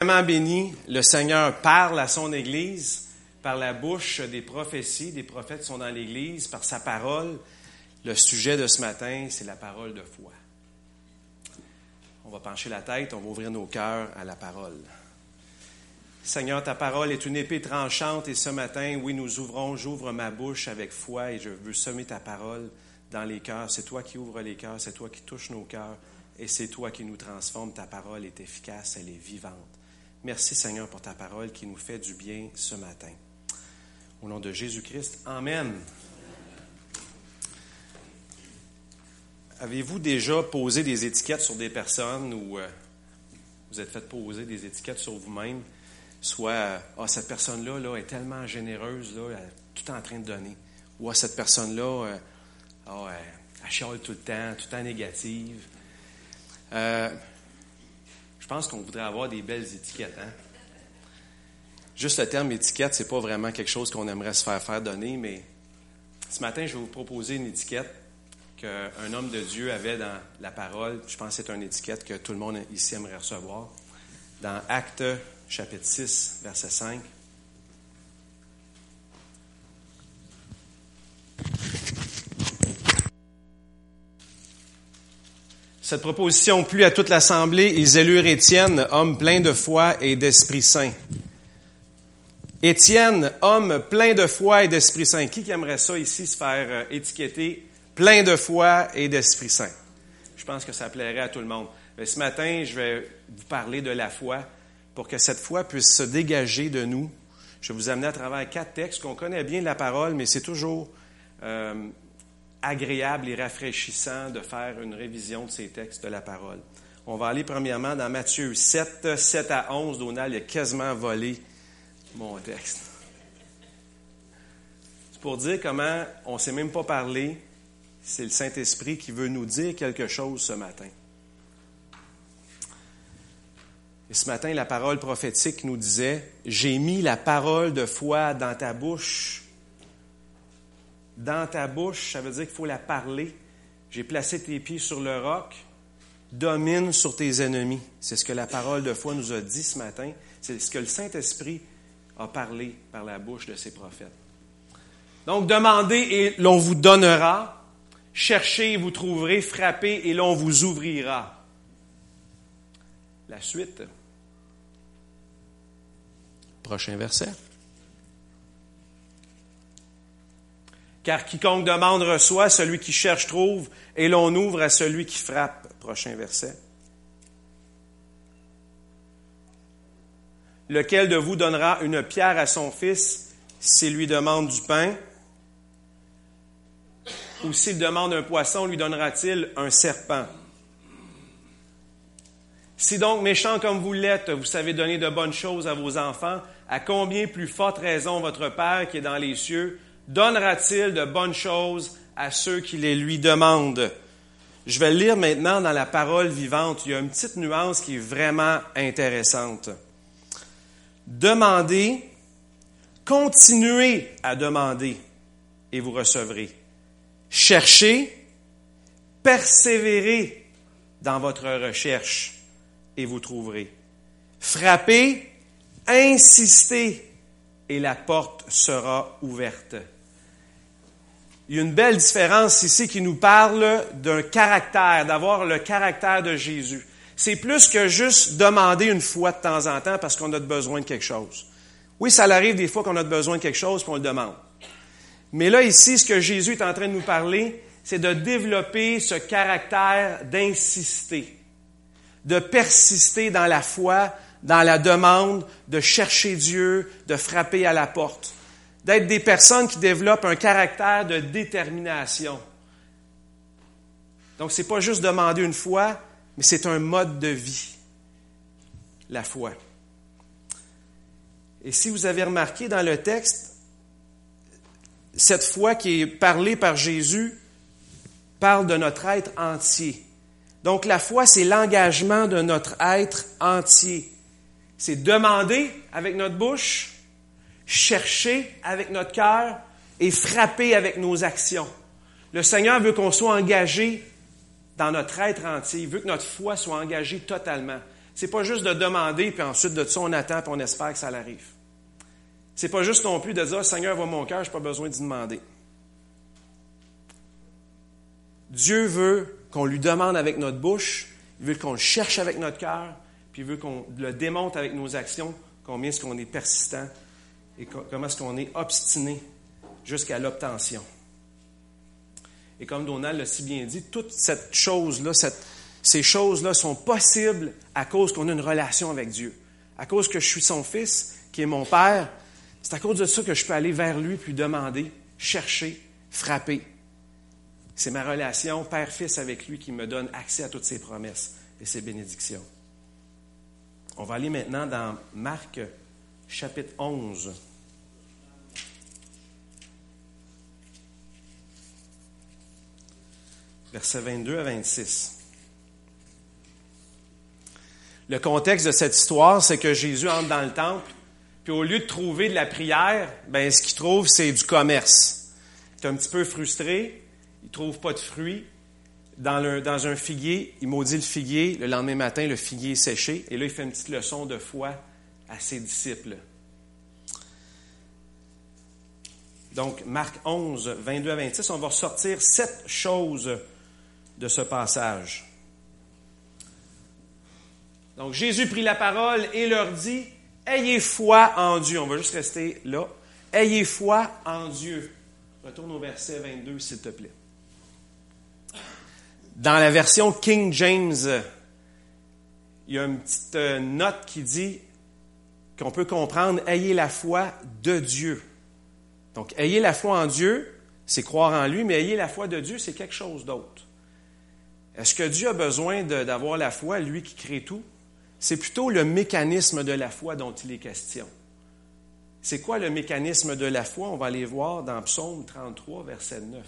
vraiment béni. Le Seigneur parle à son Église par la bouche des prophéties. Des prophètes sont dans l'Église, par sa parole. Le sujet de ce matin, c'est la parole de foi. On va pencher la tête, on va ouvrir nos cœurs à la parole. Seigneur, ta parole est une épée tranchante et ce matin, oui, j'ouvre ma bouche avec foi et je veux semer ta parole dans les cœurs. C'est toi qui ouvres les cœurs, c'est toi qui touches nos cœurs et c'est toi qui nous transforme. Ta parole est efficace, elle est vivante. Merci Seigneur pour ta parole qui nous fait du bien ce matin. Au nom de Jésus-Christ, Amen. Avez-vous déjà posé des étiquettes sur des personnes ou vous êtes fait poser des étiquettes sur vous-même? Soit, cette personne-là là, est tellement généreuse, là, elle est tout en train de donner. Ou cette personne-là, elle chiale tout le temps négative. Je pense qu'on voudrait avoir des belles étiquettes. Hein? Juste le terme étiquette, c'est pas vraiment quelque chose qu'on aimerait se faire donner, mais ce matin, je vais vous proposer une étiquette qu'un homme de Dieu avait dans la parole. Je pense que c'est une étiquette que tout le monde ici aimerait recevoir. Dans Actes, chapitre 6, verset 5. Cette proposition plut à toute l'assemblée. Ils élurent Étienne, homme plein de foi et d'Esprit Saint. Étienne, homme plein de foi et d'Esprit Saint. Qui aimerait ça ici, se faire étiqueter plein de foi et d'Esprit Saint? Je pense que ça plairait à tout le monde. Mais ce matin, je vais vous parler de la foi. Pour que cette foi puisse se dégager de nous, je vais vous amener à travers 4 textes qu'on connaît bien de la parole, mais c'est toujours agréable et rafraîchissant de faire une révision de ces textes de la parole. On va aller premièrement dans Matthieu 7, 7 à 11. Donald a quasiment volé mon texte. C'est pour dire comment on ne sait même pas parler. C'est le Saint-Esprit qui veut nous dire quelque chose ce matin. Et ce matin, la parole prophétique nous disait « J'ai mis la parole de foi dans ta bouche. » Dans ta bouche, ça veut dire qu'il faut la parler. J'ai placé tes pieds sur le roc. Domine sur tes ennemis. C'est ce que la parole de foi nous a dit ce matin. C'est ce que le Saint-Esprit a parlé par la bouche de ses prophètes. Donc, demandez et l'on vous donnera. Cherchez et vous trouverez. Frappez et l'on vous ouvrira. La suite. Prochain verset. Car quiconque demande reçoit, celui qui cherche trouve, et l'on ouvre à celui qui frappe. Prochain verset. Lequel de vous donnera une pierre à son fils s'il lui demande du pain? Ou s'il demande un poisson, lui donnera-t-il un serpent? Si donc, méchants comme vous l'êtes, vous savez donner de bonnes choses à vos enfants, à combien plus forte raison votre Père qui est dans les cieux donnera-t-il de bonnes choses à ceux qui les lui demandent? Je vais le lire maintenant dans la parole vivante. Il y a une petite nuance qui est vraiment intéressante. Demandez, continuez à demander et vous recevrez. Cherchez, persévérez dans votre recherche et vous trouverez. Frappez, insistez et la porte sera ouverte. Il y a une belle différence ici qui nous parle d'un caractère, d'avoir le caractère de Jésus. C'est plus que juste demander une fois de temps en temps parce qu'on a besoin de quelque chose. Oui, ça arrive des fois qu'on a besoin de quelque chose puis on le demande. Mais là, ici, ce que Jésus est en train de nous parler, c'est de développer ce caractère d'insister, de persister dans la foi, dans la demande, de chercher Dieu, de frapper à la porte, d'être des personnes qui développent un caractère de détermination. Donc, ce n'est pas juste demander une fois, mais c'est un mode de vie, la foi. Et si vous avez remarqué dans le texte, cette foi qui est parlée par Jésus parle de notre être entier. Donc, la foi, c'est l'engagement de notre être entier. C'est demander avec notre bouche, chercher avec notre cœur et frapper avec nos actions. Le Seigneur veut qu'on soit engagé dans notre être entier. Il veut que notre foi soit engagée totalement. C'est pas juste de demander, puis ensuite de ça, on attend, puis on espère que ça arrive. C'est pas juste non plus de dire, Seigneur, vois mon cœur, je n'ai pas besoin d'y demander. Dieu veut qu'on lui demande avec notre bouche, il veut qu'on le cherche avec notre cœur, puis il veut qu'on le démontre avec nos actions, combien est-ce qu'on est persistant et comment est-ce qu'on est obstiné jusqu'à l'obtention. Et comme Donald l'a si bien dit, toute cette chose-là, ces choses-là sont possibles à cause qu'on a une relation avec Dieu. À cause que je suis son fils, qui est mon père, c'est à cause de ça que je peux aller vers lui puis demander, chercher, frapper. C'est ma relation père-fils avec lui qui me donne accès à toutes ses promesses et ses bénédictions. On va aller maintenant dans Marc, chapitre 11. Versets 22 à 26. Le contexte de cette histoire, c'est que Jésus entre dans le temple, puis au lieu de trouver de la prière, ce qu'il trouve, c'est du commerce. Il est un petit peu frustré, il ne trouve pas de fruits. Dans un figuier, il maudit le figuier. Le lendemain matin, le figuier est séché. Et là, il fait une petite leçon de foi à ses disciples. Donc, Marc 11, 22 à 26, on va ressortir 7 choses de ce passage. Donc, Jésus prit la parole et leur dit, « Ayez foi en Dieu. » On va juste rester là. « Ayez foi en Dieu. » Retourne au verset 22, s'il te plaît. Dans la version King James, il y a une petite note qui dit qu'on peut comprendre « Ayez la foi de Dieu ». Donc, ayez la foi en Dieu, c'est croire en lui, mais ayez la foi de Dieu, c'est quelque chose d'autre. Est-ce que Dieu a besoin d'avoir la foi, lui qui crée tout? C'est plutôt le mécanisme de la foi dont il est question. C'est quoi le mécanisme de la foi? On va aller voir dans Psaume 33, verset 9.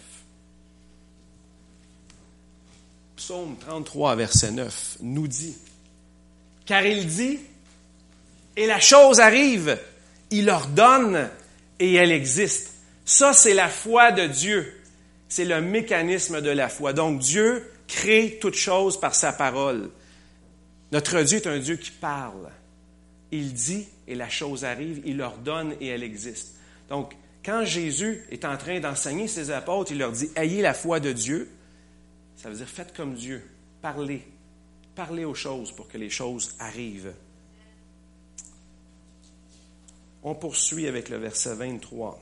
Psaume 33, verset 9, nous dit, « Car il dit, et la chose arrive, il ordonne et elle existe. » Ça, c'est la foi de Dieu. C'est le mécanisme de la foi. Donc, Dieu crée toute chose par sa parole. Notre Dieu est un Dieu qui parle. Il dit et la chose arrive, il ordonne et elle existe. Donc, quand Jésus est en train d'enseigner ses apôtres, il leur dit « Ayez la foi de Dieu », ça veut dire « Faites comme Dieu, parlez. Parlez aux choses pour que les choses arrivent. » On poursuit avec le verset 23.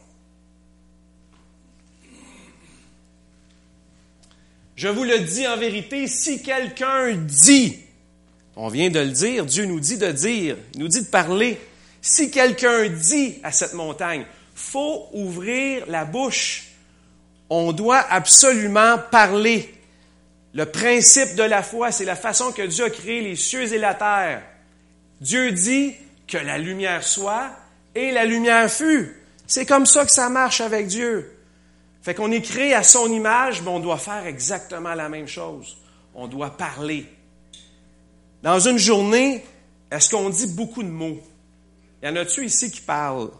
« Je vous le dis en vérité, si quelqu'un dit... » On vient de le dire, Dieu nous dit de dire, il nous dit de parler. Si quelqu'un dit à cette montagne, faut ouvrir la bouche. On doit absolument parler. Le principe de la foi, c'est la façon que Dieu a créé les cieux et la terre. Dieu dit que la lumière soit et la lumière fut. C'est comme ça que ça marche avec Dieu. Fait qu'on est créé à son image, mais on doit faire exactement la même chose. On doit parler. Dans une journée, est-ce qu'on dit beaucoup de mots? Il y en a-tu ici qui parlent?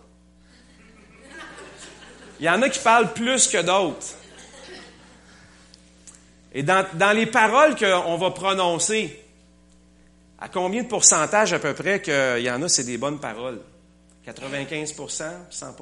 Il y en a qui parlent plus que d'autres. Et dans les paroles qu'on va prononcer, à combien de pourcentage à peu près qu'il y en a, c'est des bonnes paroles? 95 100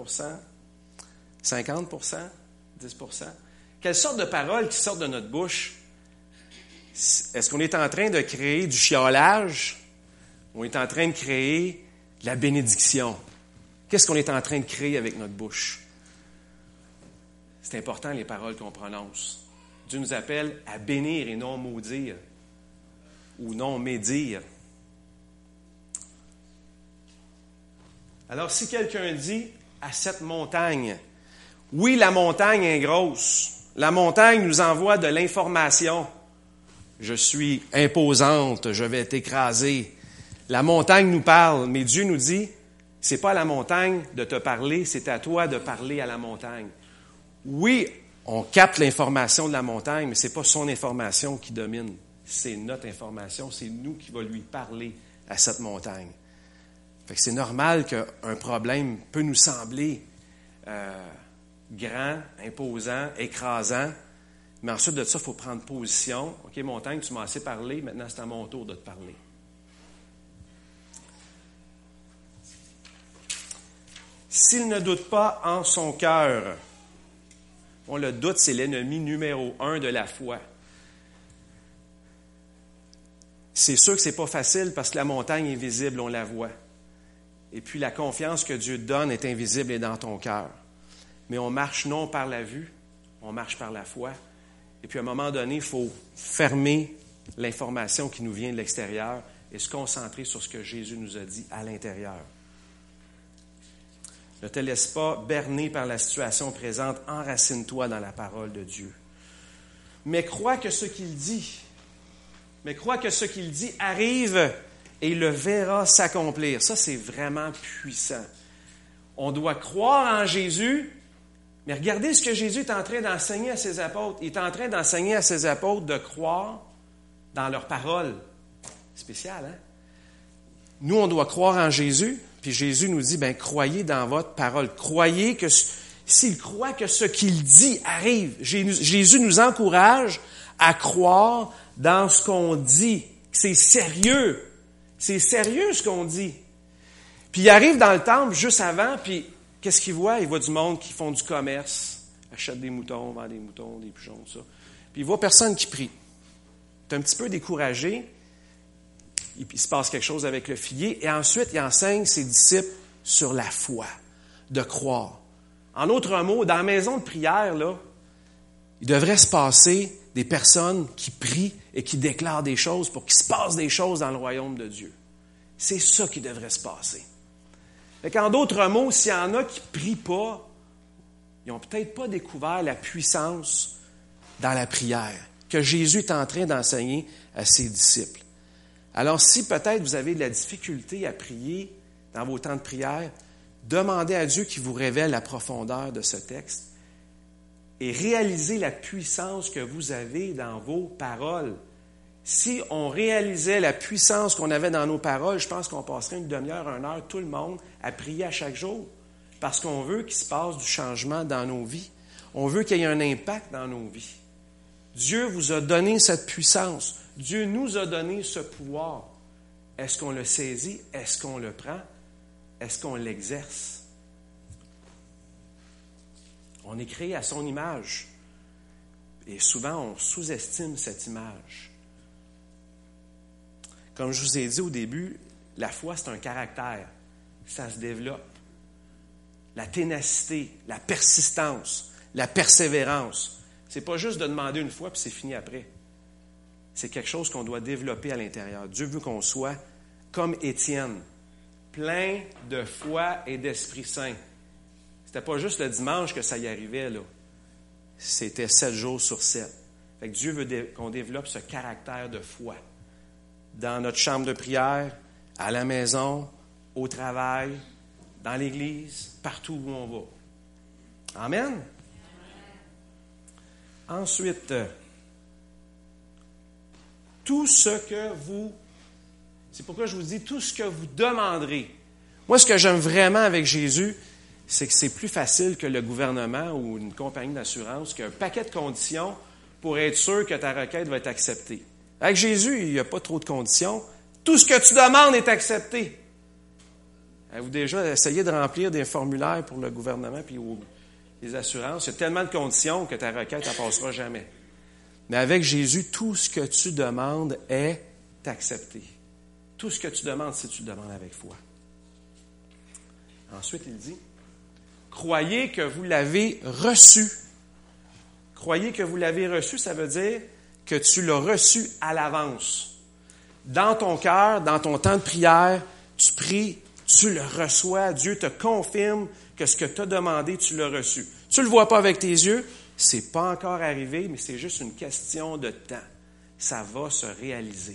50 10 Quelle sorte de paroles qui sortent de notre bouche? Est-ce qu'on est en train de créer du chiolage ou on est en train de créer de la bénédiction? Qu'est-ce qu'on est en train de créer avec notre bouche? C'est important les paroles qu'on prononce. Dieu nous appelle à bénir et non maudire ou non médire. Alors si quelqu'un dit à cette montagne, oui, la montagne est grosse, la montagne nous envoie de l'information. Je suis imposante, je vais t'écraser. La montagne nous parle, mais Dieu nous dit, c'est pas à la montagne de te parler, c'est à toi de parler à la montagne. Oui, on capte l'information de la montagne, mais c'est pas son information qui domine. C'est notre information, c'est nous qui va lui parler à cette montagne. Fait que c'est normal qu'un problème peut nous sembler grand, imposant, écrasant. Mais ensuite de ça, il faut prendre position. OK, montagne, tu m'as assez parlé, maintenant c'est à mon tour de te parler. s'il ne doute pas en son cœur. Bon, le doute, c'est l'ennemi numéro 1 de la foi. C'est sûr que ce n'est pas facile parce que la montagne est visible, on la voit. Et puis la confiance que Dieu donne est invisible et dans ton cœur. Mais on marche non par la vue, on marche par la foi. Et puis à un moment donné, il faut fermer l'information qui nous vient de l'extérieur et se concentrer sur ce que Jésus nous a dit à l'intérieur. Ne te laisse pas berner par la situation présente, enracine-toi dans la parole de Dieu. Mais crois que ce qu'il dit arrive et il le verra s'accomplir. Ça, c'est vraiment puissant. On doit croire en Jésus, mais regardez ce que Jésus est en train d'enseigner à ses apôtres. Il est en train d'enseigner à ses apôtres de croire dans leur parole. Spécial, hein? Nous, on doit croire en Jésus, puis Jésus nous dit, croyez dans votre parole. Croyez que, s'il croit que ce qu'il dit arrive. Jésus nous encourage à croire dans ce qu'on dit. C'est sérieux. C'est sérieux ce qu'on dit. Puis il arrive dans le temple juste avant, puis qu'est-ce qu'il voit? Il voit du monde qui font du commerce, achètent des moutons, vendent des moutons, des pigeons, tout ça. Puis il voit personne qui prie. Il est un petit peu découragé. Il se passe quelque chose avec le figuier. Et ensuite, il enseigne ses disciples sur la foi, de croire. En d'autres mots, dans la maison de prière, là, il devrait se passer des personnes qui prient et qui déclarent des choses pour qu'il se passe des choses dans le royaume de Dieu. C'est ça qui devrait se passer. En d'autres mots, s'il y en a qui ne prient pas, ils n'ont peut-être pas découvert la puissance dans la prière que Jésus est en train d'enseigner à ses disciples. Alors, si peut-être vous avez de la difficulté à prier dans vos temps de prière, demandez à Dieu qu'il vous révèle la profondeur de ce texte et réalisez la puissance que vous avez dans vos paroles. Si on réalisait la puissance qu'on avait dans nos paroles, je pense qu'on passerait une demi-heure, 1 heure, tout le monde, à prier à chaque jour, parce qu'on veut qu'il se passe du changement dans nos vies. On veut qu'il y ait un impact dans nos vies. Dieu vous a donné cette puissance. Dieu nous a donné ce pouvoir. Est-ce qu'on le saisit? Est-ce qu'on le prend? Est-ce qu'on l'exerce? On est créé à son image. Et souvent, on sous-estime cette image. Comme je vous ai dit au début, la foi, c'est un caractère. Ça se développe. La ténacité, la persistance, la persévérance. C'est pas juste de demander une fois puis c'est fini après. C'est quelque chose qu'on doit développer à l'intérieur. Dieu veut qu'on soit comme Étienne, plein de foi et d'Esprit Saint. C'était pas juste le dimanche que ça y arrivait, là. C'était 7 jours sur 7. Fait que Dieu veut qu'on développe ce caractère de foi. Dans notre chambre de prière, à la maison, au travail, dans l'Église, partout où on va. Amen? Ensuite, tout ce que vous... C'est pourquoi je vous dis tout ce que vous demanderez. Moi, ce que j'aime vraiment avec Jésus, c'est que c'est plus facile que le gouvernement ou une compagnie d'assurance, qu'un paquet de conditions pour être sûr que ta requête va être acceptée. Avec Jésus, il n'y a pas trop de conditions. Tout ce que tu demandes est accepté. Avez-vous déjà essayé de remplir des formulaires pour le gouvernement puis les assurances? Il y a tellement de conditions que ta requête ne passera jamais. Mais avec Jésus, tout ce que tu demandes est accepté. Tout ce que tu demandes, si tu le demandes avec foi. Ensuite, il dit, croyez que vous l'avez reçu. Croyez que vous l'avez reçu, ça veut dire que tu l'as reçu à l'avance. Dans ton cœur, dans ton temps de prière, tu pries, tu le reçois. Dieu te confirme que ce que tu as demandé, tu l'as reçu. Tu ne le vois pas avec tes yeux, c'est pas encore arrivé, mais c'est juste une question de temps. Ça va se réaliser.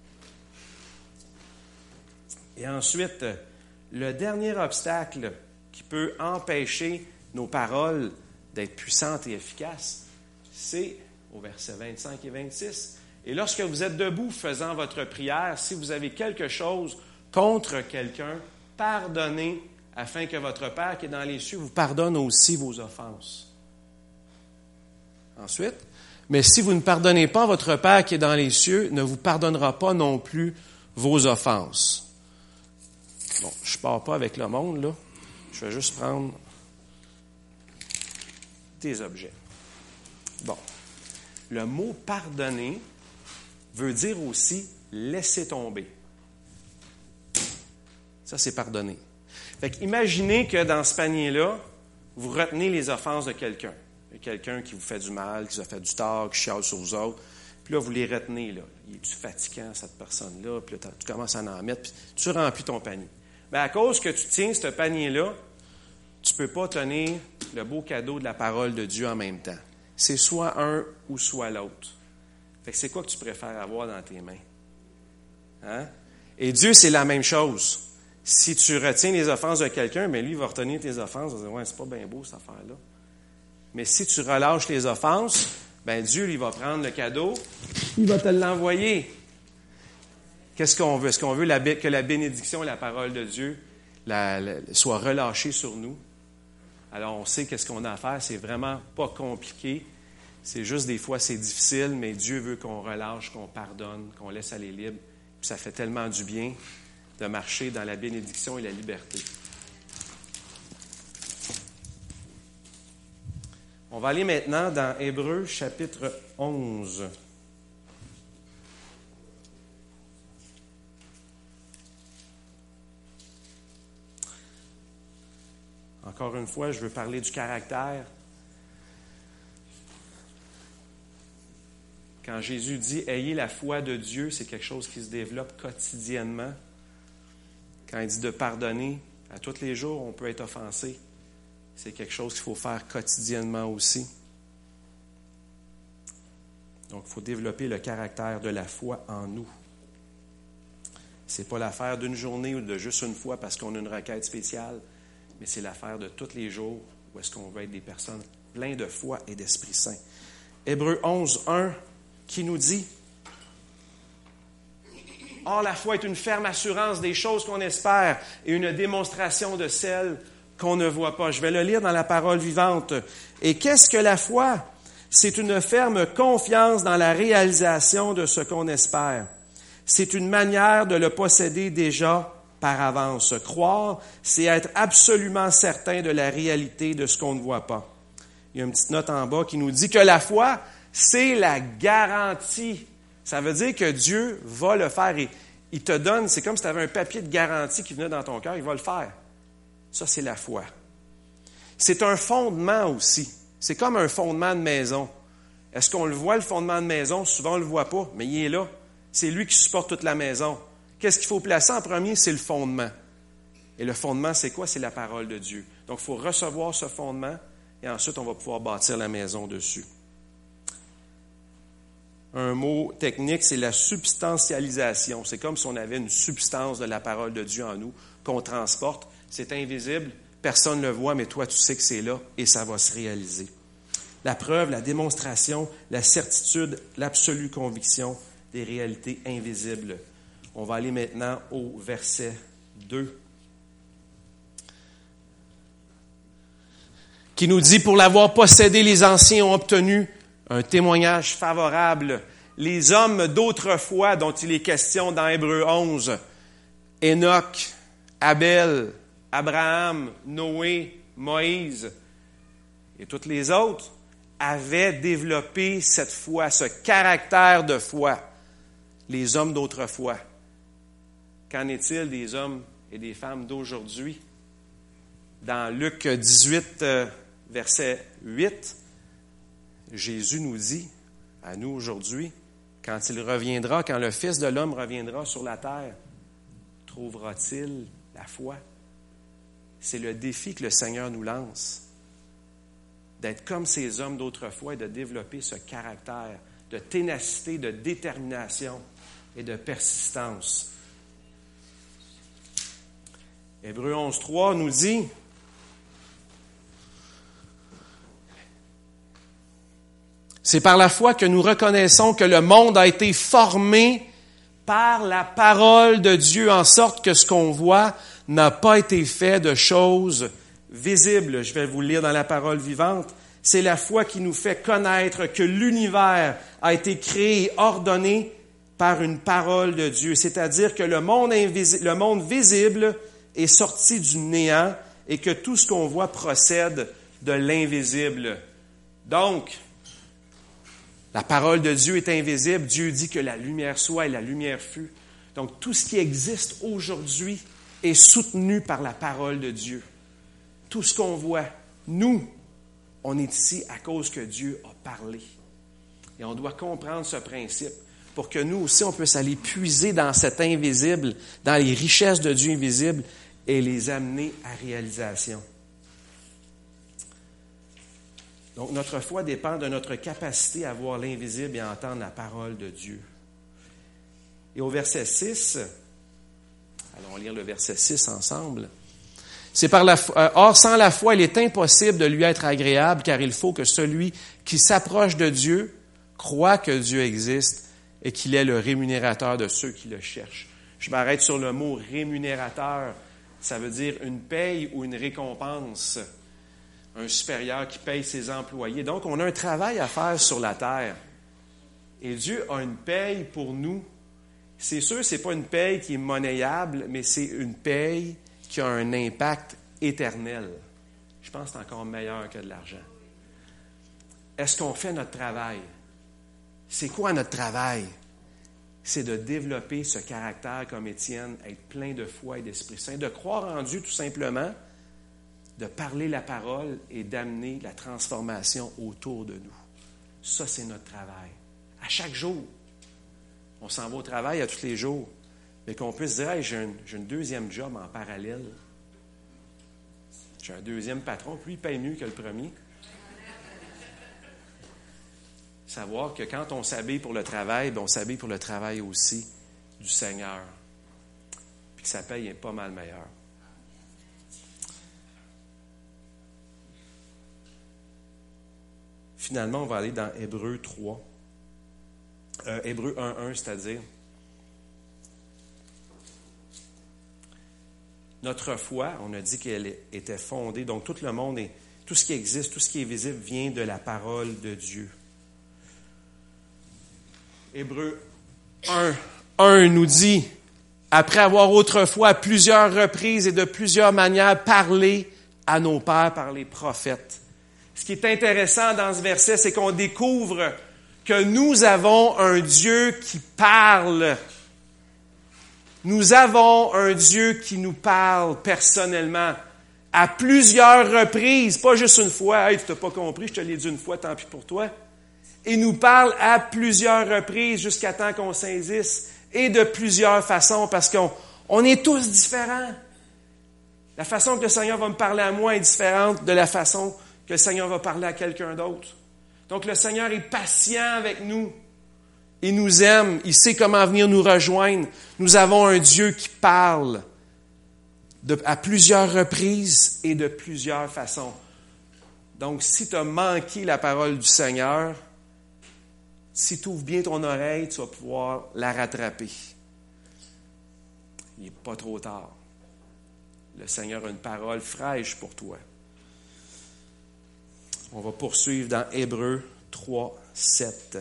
Et ensuite, le dernier obstacle qui peut empêcher nos paroles d'être puissantes et efficaces, c'est au verset 25 et 26. Et lorsque vous êtes debout faisant votre prière, si vous avez quelque chose contre quelqu'un, pardonnez afin que votre Père qui est dans les cieux vous pardonne aussi vos offenses. Ensuite, mais si vous ne pardonnez pas, votre Père qui est dans les cieux ne vous pardonnera pas non plus vos offenses. Bon, je ne pars pas avec le monde, là. Je vais juste prendre tes objets. Bon. Le mot « pardonner » veut dire aussi « laisser tomber ». Ça, c'est pardonner. Fait qu'imaginez que dans ce panier-là, vous retenez les offenses de quelqu'un. Il y a quelqu'un qui vous fait du mal, qui vous a fait du tort, qui chiale sur vous autres. Puis là, vous les retenez. Là. Il est-tu fatigant, cette personne-là? Puis là, tu commences à en mettre, puis tu remplis ton panier. Bien, à cause que tu tiens ce panier-là, tu ne peux pas tenir le beau cadeau de la parole de Dieu en même temps. C'est soit un ou soit l'autre. Fait que c'est quoi que tu préfères avoir dans tes mains? Hein? Et Dieu, c'est la même chose. Si tu retiens les offenses de quelqu'un, bien lui, il va retenir tes offenses. Il va dire, ouais, c'est pas bien beau, cette affaire-là. Mais si tu relâches les offenses, bien Dieu, lui, va prendre le cadeau, il va te l'envoyer. Qu'est-ce qu'on veut? Est-ce qu'on veut que la bénédiction et la parole de Dieu soient relâchées sur nous? Alors, on sait qu'est-ce qu'on a à faire. C'est vraiment pas compliqué. C'est juste des fois, c'est difficile, mais Dieu veut qu'on relâche, qu'on pardonne, qu'on laisse aller libre. Puis ça fait tellement du bien de marcher dans la bénédiction et la liberté. On va aller maintenant dans Hébreux chapitre 11. Encore une fois, je veux parler du caractère. Quand Jésus dit « Ayez la foi de Dieu », c'est quelque chose qui se développe quotidiennement. Quand il dit de pardonner, à tous les jours, on peut être offensé. C'est quelque chose qu'il faut faire quotidiennement aussi. Donc, il faut développer le caractère de la foi en nous. Ce n'est pas l'affaire d'une journée ou de juste une fois parce qu'on a une requête spéciale, mais c'est l'affaire de tous les jours où est-ce qu'on veut être des personnes pleines de foi et d'Esprit Saint. Hébreux 11, 1, qui nous dit « Or, la foi est une ferme assurance des choses qu'on espère et une démonstration de celles qu'on ne voit pas. » Je vais le lire dans la parole vivante. Et qu'est-ce que la foi? C'est une ferme confiance dans la réalisation de ce qu'on espère. C'est une manière de le posséder déjà par avance. Croire, c'est être absolument certain de la réalité de ce qu'on ne voit pas. Il y a une petite note en bas qui nous dit que la foi, c'est la garantie. Ça veut dire que Dieu va le faire. Et il te donne, c'est comme si tu avais un papier de garantie qui venait dans ton cœur, il va le faire. Ça, c'est la foi. C'est un fondement aussi. C'est comme un fondement de maison. Est-ce qu'on le voit, le fondement de maison? Souvent, on ne le voit pas, mais il est là. C'est lui qui supporte toute la maison. Qu'est-ce qu'il faut placer en premier? C'est le fondement. Et le fondement, c'est quoi? C'est la parole de Dieu. Donc, il faut recevoir ce fondement et ensuite, on va pouvoir bâtir la maison dessus. Un mot technique, c'est la substantialisation. C'est comme si on avait une substance de la parole de Dieu en nous qu'on transporte. C'est invisible, personne ne le voit, mais toi, tu sais que c'est là et ça va se réaliser. La preuve, la démonstration, la certitude, l'absolue conviction des réalités invisibles. On va aller maintenant au verset 2. Qui nous dit, pour l'avoir possédé, les anciens ont obtenu un témoignage favorable. Les hommes d'autrefois dont il est question dans Hébreux 11, Enoch, Abel, Abraham, Noé, Moïse et tous les autres, avaient développé cette foi, ce caractère de foi. Les hommes d'autrefois. Qu'en est-il des hommes et des femmes d'aujourd'hui? Dans Luc 18, verset 8, Jésus nous dit, à nous aujourd'hui, quand il reviendra, quand le Fils de l'homme reviendra sur la terre, trouvera-t-il la foi? C'est le défi que le Seigneur nous lance, d'être comme ces hommes d'autrefois et de développer ce caractère de ténacité, de détermination et de persistance. Hébreux 11.3 nous dit, c'est par la foi que nous reconnaissons que le monde a été formé par la parole de Dieu, en sorte que ce qu'on voit n'a pas été fait de choses visibles. Je vais vous le lire dans la parole vivante. C'est la foi qui nous fait connaître que l'univers a été créé et ordonné par une parole de Dieu. C'est-à-dire que le monde visible est sorti du néant et que tout ce qu'on voit procède de l'invisible. Donc, la parole de Dieu est invisible. Dieu dit que la lumière soit et la lumière fut. Donc, tout ce qui existe aujourd'hui est soutenu par la parole de Dieu. Tout ce qu'on voit, nous, on est ici à cause que Dieu a parlé. Et on doit comprendre ce principe pour que nous aussi, on puisse aller puiser dans cet invisible, dans les richesses de Dieu invisible et les amener à réalisation. Donc, notre foi dépend de notre capacité à voir l'invisible et à entendre la parole de Dieu. Et au verset 6, allons lire le verset 6 ensemble. C'est par la foi, or, sans la foi, il est impossible de lui être agréable, car il faut que celui qui s'approche de Dieu croit que Dieu existe et qu'il est le rémunérateur de ceux qui le cherchent. Je m'arrête sur le mot rémunérateur. Ça veut dire une paye ou une récompense. Un supérieur qui paye ses employés. Donc, on a un travail à faire sur la terre. Et Dieu a une paye pour nous. C'est sûr, ce n'est pas une paye qui est monnayable, mais c'est une paye qui a un impact éternel. Je pense que c'est encore meilleur que de l'argent. Est-ce qu'on fait notre travail? C'est quoi notre travail? C'est de développer ce caractère comme Étienne, être plein de foi et d'Esprit Saint, de croire en Dieu tout simplement, de parler la parole et d'amener la transformation autour de nous. Ça, c'est notre travail. À chaque jour. On s'en va au travail à tous les jours. Mais qu'on puisse dire, hey, j'ai une deuxième job en parallèle. J'ai un deuxième patron, puis il paye mieux que le premier. Savoir que quand on s'habille pour le travail, bien, on s'habille pour le travail aussi du Seigneur. Puis que sa paye est pas mal meilleure. Finalement, on va aller dans Hébreux 3. Hébreux 1.1, c'est-à-dire notre foi, on a dit qu'elle était fondée, donc tout le monde, tout ce qui existe, tout ce qui est visible vient de la parole de Dieu. Hébreux 1 nous dit, après avoir autrefois à plusieurs reprises et de plusieurs manières parlé à nos pères par les prophètes. Ce qui est intéressant dans ce verset, c'est qu'on découvre que nous avons un Dieu qui parle. Nous avons un Dieu qui nous parle personnellement à plusieurs reprises, pas juste une fois. « Hey, tu t'as pas compris, je te l'ai dit une fois, tant pis pour toi. » Il nous parle à plusieurs reprises jusqu'à temps qu'on saisisse et de plusieurs façons parce qu'on est tous différents. La façon que le Seigneur va me parler à moi est différente de la façon que le Seigneur va parler à quelqu'un d'autre. Donc le Seigneur est patient avec nous. Il nous aime. Il sait comment venir nous rejoindre. Nous avons un Dieu qui parle à plusieurs reprises et de plusieurs façons. Donc si tu as manqué la parole du Seigneur, si tu ouvres bien ton oreille, tu vas pouvoir la rattraper. Il n'est pas trop tard. Le Seigneur a une parole fraîche pour toi. On va poursuivre dans Hébreux 3, 7.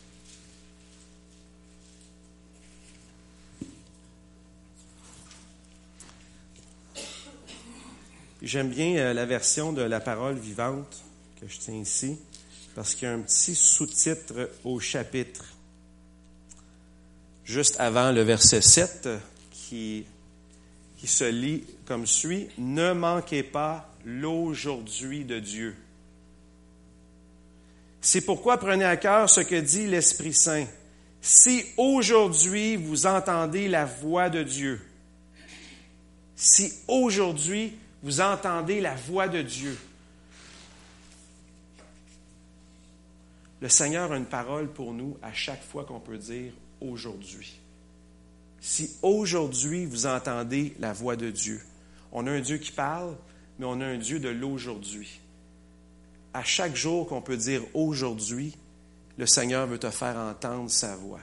J'aime bien la version de la parole vivante que je tiens ici, parce qu'il y a un petit sous-titre au chapitre, juste avant le verset 7, qui se lit comme suit. « Ne manquez pas l'aujourd'hui de Dieu. C'est pourquoi prenez à cœur ce que dit l'Esprit Saint. Si aujourd'hui vous entendez la voix de Dieu, si aujourd'hui vous entendez la voix de Dieu, le Seigneur a une parole pour nous à chaque fois qu'on peut dire « aujourd'hui ». Si aujourd'hui vous entendez la voix de Dieu, on a un Dieu qui parle, mais on a un Dieu de l'aujourd'hui. À chaque jour qu'on peut dire « aujourd'hui », le Seigneur veut te faire entendre sa voix.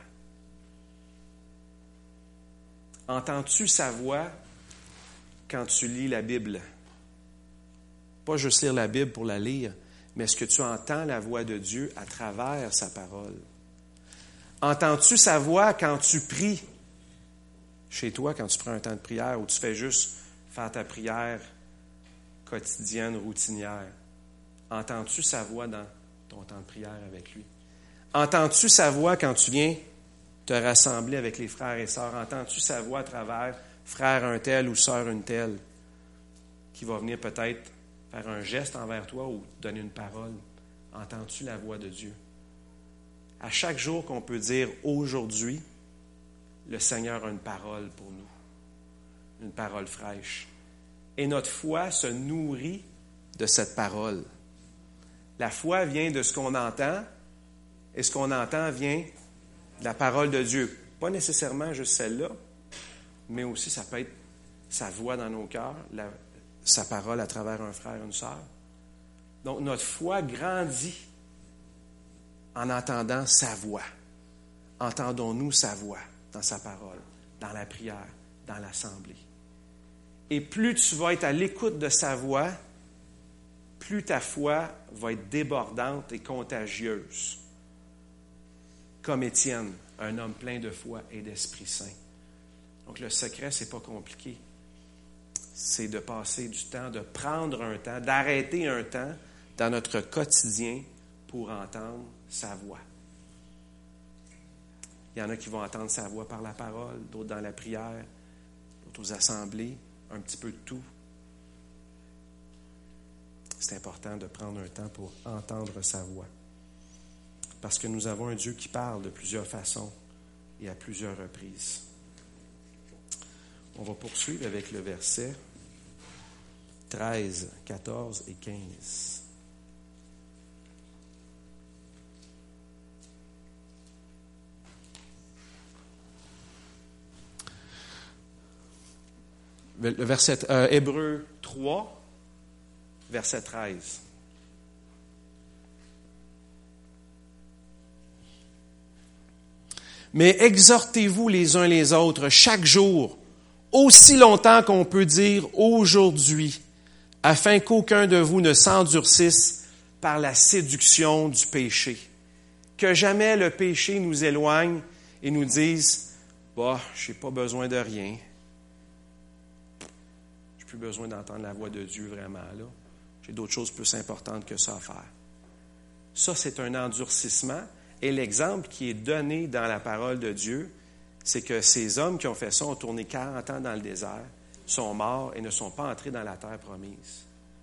Entends-tu sa voix quand tu lis la Bible? Pas juste lire la Bible pour la lire, mais est-ce que tu entends la voix de Dieu à travers sa parole? Entends-tu sa voix quand tu pries chez toi, quand tu prends un temps de prière, ou tu fais juste faire ta prière quotidienne, routinière? Entends-tu sa voix dans ton temps de prière avec lui? Entends-tu sa voix quand tu viens te rassembler avec les frères et sœurs? Entends-tu sa voix à travers frère un tel ou sœur une telle qui va venir peut-être faire un geste envers toi ou te donner une parole? Entends-tu la voix de Dieu? À chaque jour qu'on peut dire « Aujourd'hui », le Seigneur a une parole pour nous, une parole fraîche. Et notre foi se nourrit de cette parole. La foi vient de ce qu'on entend, et ce qu'on entend vient de la parole de Dieu. Pas nécessairement juste celle-là, mais aussi ça peut être sa voix dans nos cœurs, sa parole à travers un frère, une sœur. Donc notre foi grandit en entendant sa voix. Entendons-nous sa voix dans sa parole, dans la prière, dans l'assemblée. Et plus tu vas être à l'écoute de sa voix, plus ta foi va être débordante et contagieuse. Comme Étienne, un homme plein de foi et d'Esprit Saint. Donc le secret, c'est pas compliqué. C'est de passer du temps, de prendre un temps, d'arrêter un temps dans notre quotidien pour entendre sa voix. Il y en a qui vont entendre sa voix par la parole, d'autres dans la prière, d'autres aux assemblées, un petit peu de tout. C'est important de prendre un temps pour entendre sa voix. Parce que nous avons un Dieu qui parle de plusieurs façons et à plusieurs reprises. On va poursuivre avec le verset 13, 14 et 15. Le verset Hébreux 3, verset 13. Mais exhortez-vous les uns les autres chaque jour, aussi longtemps qu'on peut dire aujourd'hui, afin qu'aucun de vous ne s'endurcisse par la séduction du péché. Que jamais le péché nous éloigne et nous dise « Bah, je n'ai pas besoin de rien. Je n'ai plus besoin d'entendre la voix de Dieu vraiment là. J'ai d'autres choses plus importantes que ça à faire. » Ça, c'est un endurcissement. Et l'exemple qui est donné dans la parole de Dieu, c'est que ces hommes qui ont fait ça ont tourné 40 ans dans le désert, sont morts et ne sont pas entrés dans la terre promise.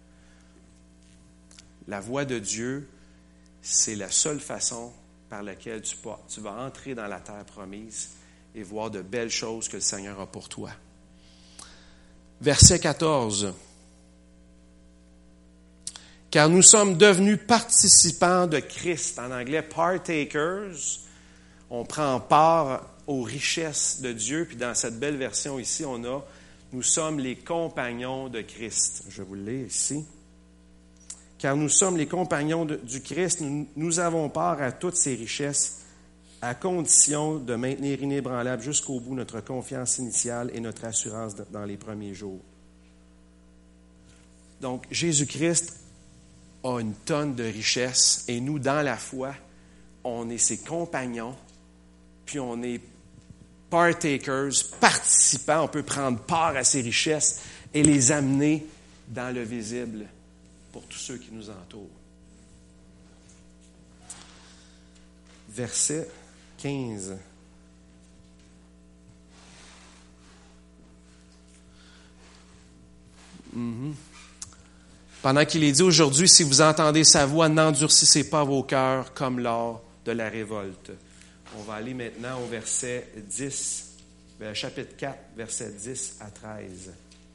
La voix de Dieu, c'est la seule façon par laquelle tu vas entrer dans la terre promise et voir de belles choses que le Seigneur a pour toi. Verset 14. Car nous sommes devenus participants de Christ. En anglais, partakers. On prend part aux richesses de Dieu. Puis dans cette belle version ici, on a « Nous sommes les compagnons de Christ ». Je vous le lis ici. Car nous sommes les compagnons du Christ, nous avons part à toutes ces richesses, à condition de maintenir inébranlable jusqu'au bout notre confiance initiale et notre assurance dans les premiers jours. Donc, Jésus-Christ a une tonne de richesses et nous, dans la foi, on est ses compagnons, puis on est partakers, participants, on peut prendre part à ces richesses et les amener dans le visible pour tous ceux qui nous entourent. Verset 15. Pendant qu'il est dit aujourd'hui, si vous entendez sa voix, n'endurcissez pas vos cœurs comme lors de la révolte. On va aller maintenant au verset 10, chapitre 4, versets 10 à 13.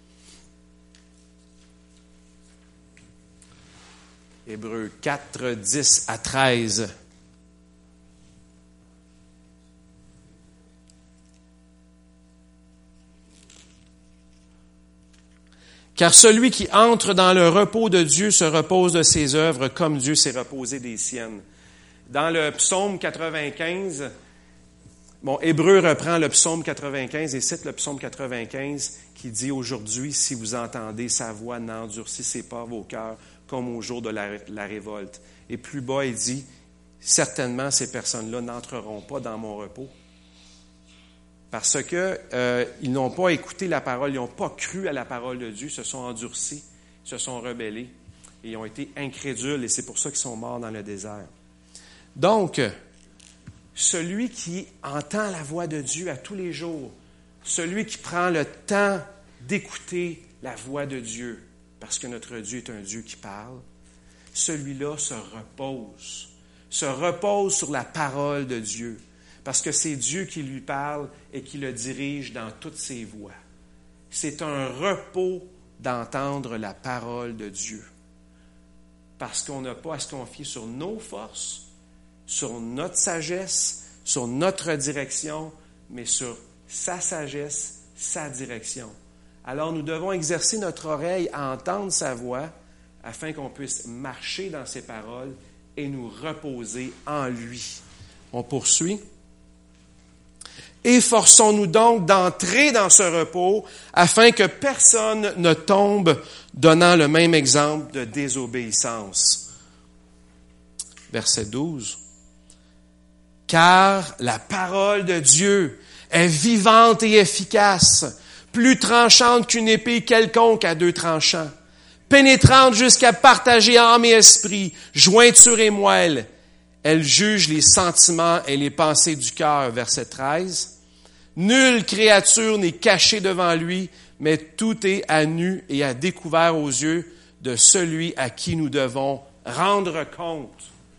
Hébreux 4, 10 à 13. Car celui qui entre dans le repos de Dieu se repose de ses œuvres comme Dieu s'est reposé des siennes. Dans le psaume 95, Hébreu reprend le psaume 95 et cite le psaume 95 qui dit « Aujourd'hui, si vous entendez sa voix, n'endurcissez pas vos cœurs comme au jour de la révolte. » Et plus bas, il dit « Certainement, ces personnes-là n'entreront pas dans mon repos. » Parce que ils n'ont pas écouté la parole, ils n'ont pas cru à la parole de Dieu, se sont endurcis se sont rebellés et ont été incrédules, et c'est pour ça qu'ils sont morts dans le désert. Donc, celui qui entend la voix de Dieu à tous les jours, celui qui prend le temps d'écouter la voix de Dieu, parce que notre Dieu est un Dieu qui parle, celui-là se repose sur la parole de Dieu, parce que c'est Dieu qui lui parle et qui le dirige dans toutes ses voies. C'est un repos d'entendre la parole de Dieu, parce qu'on n'a pas à se confier sur nos forces, sur notre sagesse, sur notre direction, mais sur sa sagesse, sa direction. Alors nous devons exercer notre oreille à entendre sa voix afin qu'on puisse marcher dans ses paroles et nous reposer en lui. On poursuit. Efforçons-nous donc d'entrer dans ce repos afin que personne ne tombe donnant le même exemple de désobéissance. Verset 12. Car la parole de Dieu est vivante et efficace, plus tranchante qu'une épée quelconque à 2 tranchants, pénétrante jusqu'à partager âme et esprit, jointure et moelle. Elle juge les sentiments et les pensées du cœur. Verset 13. Nulle créature n'est cachée devant lui, mais tout est à nu et à découvert aux yeux de celui à qui nous devons rendre compte.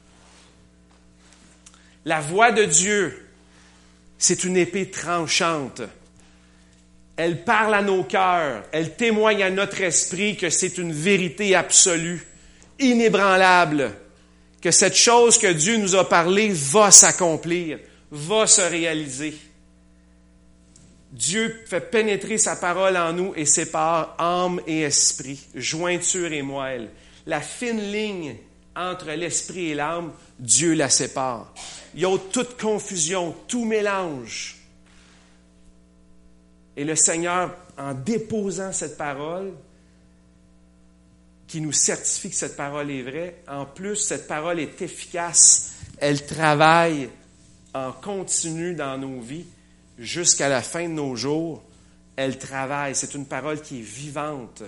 La voix de Dieu, c'est une épée tranchante. Elle parle à nos cœurs, elle témoigne à notre esprit que c'est une vérité absolue, inébranlable, que cette chose que Dieu nous a parlé va s'accomplir, va se réaliser. Dieu fait pénétrer sa parole en nous et sépare âme et esprit, jointure et moelle. La fine ligne entre l'esprit et l'âme, Dieu la sépare. Il y a toute confusion, tout mélange. Et le Seigneur, en déposant cette parole, qui nous certifie que cette parole est vraie, en plus, cette parole est efficace. Elle travaille en continu dans nos vies jusqu'à la fin de nos jours. Elle travaille. C'est une parole qui est vivante.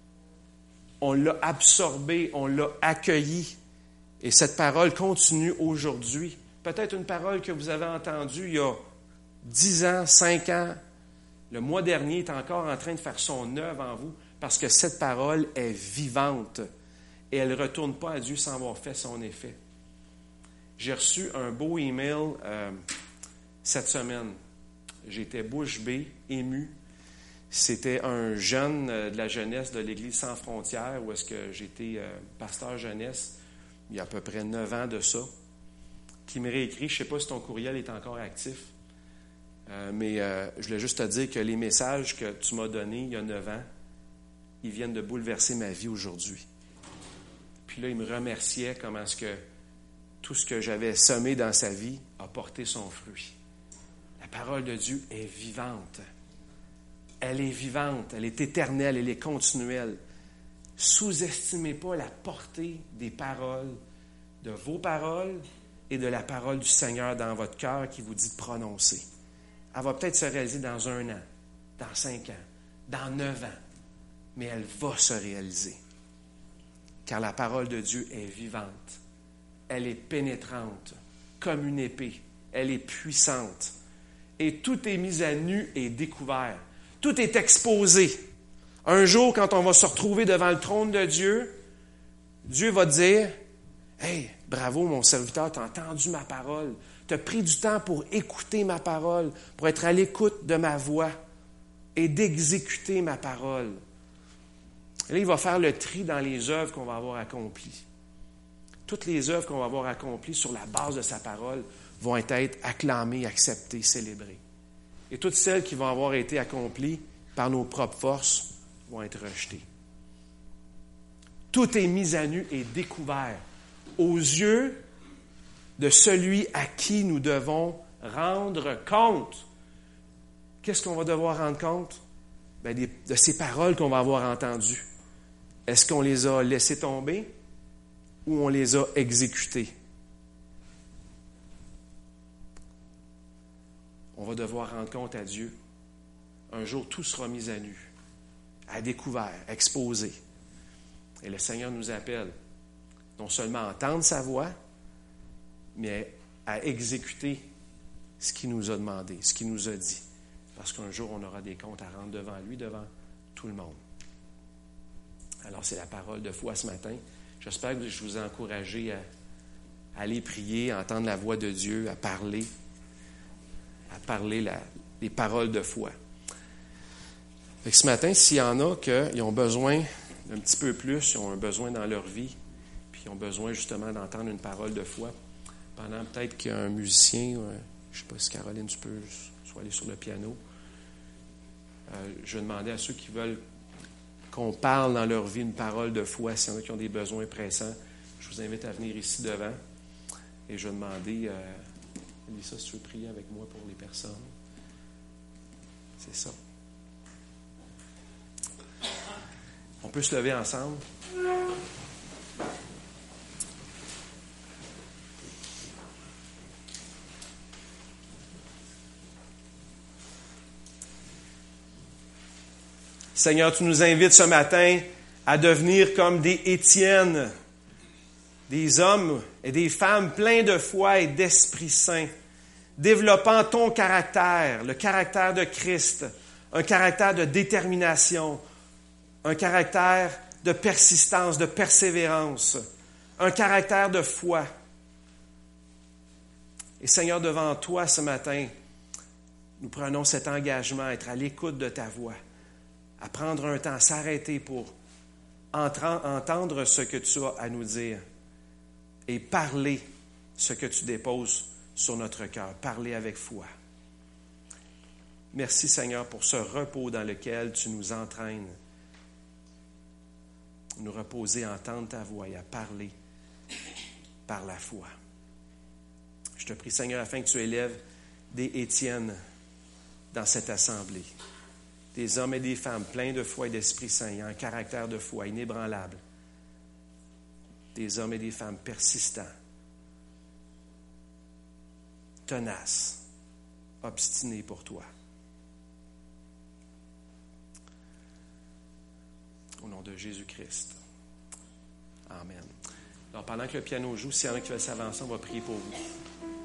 On l'a absorbée, on l'a accueillie. Et cette parole continue aujourd'hui. Peut-être une parole que vous avez entendue il y a 10 ans, 5 ans. Le mois dernier est encore en train de faire son œuvre en vous parce que cette parole est vivante et elle ne retourne pas à Dieu sans avoir fait son effet. J'ai reçu un beau email cette semaine. J'étais bouche bée, ému. C'était un jeune de la jeunesse de l'Église sans frontières où est-ce que j'étais pasteur jeunesse il y a à peu près 9 ans de ça, qui me réécrit. Je ne sais pas si ton courriel est encore actif, mais je voulais juste te dire que les messages que tu m'as donnés il y a 9 ans, ils viennent de bouleverser ma vie aujourd'hui. Puis là, il me remerciait comment est-ce que tout ce que j'avais semé dans sa vie a porté son fruit. La parole de Dieu est vivante. Elle est vivante, elle est éternelle, elle est continuelle. Sous-estimez pas la portée des paroles, de vos paroles et de la parole du Seigneur dans votre cœur qui vous dit de prononcer. Elle va peut-être se réaliser dans 1 an, dans 5 ans, dans 9 ans, mais elle va se réaliser. Car la parole de Dieu est vivante. Elle est pénétrante, comme une épée. Elle est puissante. Et tout est mis à nu et découvert. Tout est exposé. Un jour, quand on va se retrouver devant le trône de Dieu, Dieu va dire « Hey, bravo mon serviteur, tu as entendu ma parole. Tu as pris du temps pour écouter ma parole, pour être à l'écoute de ma voix et d'exécuter ma parole. » Et là, il va faire le tri dans les œuvres qu'on va avoir accomplies. Toutes les œuvres qu'on va avoir accomplies sur la base de sa parole vont être acclamées, acceptées, célébrées. Et toutes celles qui vont avoir été accomplies par nos propres forces vont être rejetées. Tout est mis à nu et découvert aux yeux de celui à qui nous devons rendre compte. Qu'est-ce qu'on va devoir rendre compte? De ces paroles qu'on va avoir entendues. Est-ce qu'on les a laissées tomber ou on les a exécutées? On va devoir rendre compte à Dieu. Un jour, tout sera mis à nu, à découvert, exposé. Et le Seigneur nous appelle non seulement à entendre sa voix, mais à exécuter ce qu'il nous a demandé, ce qu'il nous a dit. Parce qu'un jour, on aura des comptes à rendre devant lui, devant tout le monde. Alors, c'est la parole de foi ce matin. J'espère que je vous ai encouragé à aller prier, à entendre la voix de Dieu, à parler les paroles de foi. Fait que ce matin, s'il y en a qui ont besoin d'un petit peu plus, ils ont un besoin dans leur vie, puis ils ont besoin justement d'entendre une parole de foi, pendant peut-être qu'il y a un musicien, je ne sais pas si Caroline, tu peux soit aller sur le piano, je vais demander à ceux qui veulent qu'on parle dans leur vie une parole de foi, s'il y en a qui ont des besoins pressants, je vous invite à venir ici devant, et je vais demander, Lisa, si tu veux prier avec moi pour les personnes. C'est ça. On peut se lever ensemble. Seigneur, tu nous invites ce matin à devenir comme des Étienne, des hommes et des femmes pleins de foi et d'Esprit Saint, développant ton caractère, le caractère de Christ, un caractère de détermination, un caractère de persistance, de persévérance, un caractère de foi. Et Seigneur, devant toi ce matin, nous prenons cet engagement à être à l'écoute de ta voix, à prendre un temps, à s'arrêter pour entendre ce que tu as à nous dire et parler ce que tu déposes sur notre cœur, parler avec foi. Merci Seigneur pour ce repos dans lequel tu nous entraînes, nous reposer à entendre ta voix et à parler par la foi. Je te prie Seigneur afin que tu élèves des Étienne dans cette assemblée, des hommes et des femmes pleins de foi et d'Esprit Saint, ayant un caractère de foi inébranlable, des hommes et des femmes persistants, tenaces, obstinés pour toi. Au nom de Jésus-Christ. Amen. Alors, pendant que le piano joue, s'il y en a qui veulent s'avancer, on va prier pour vous.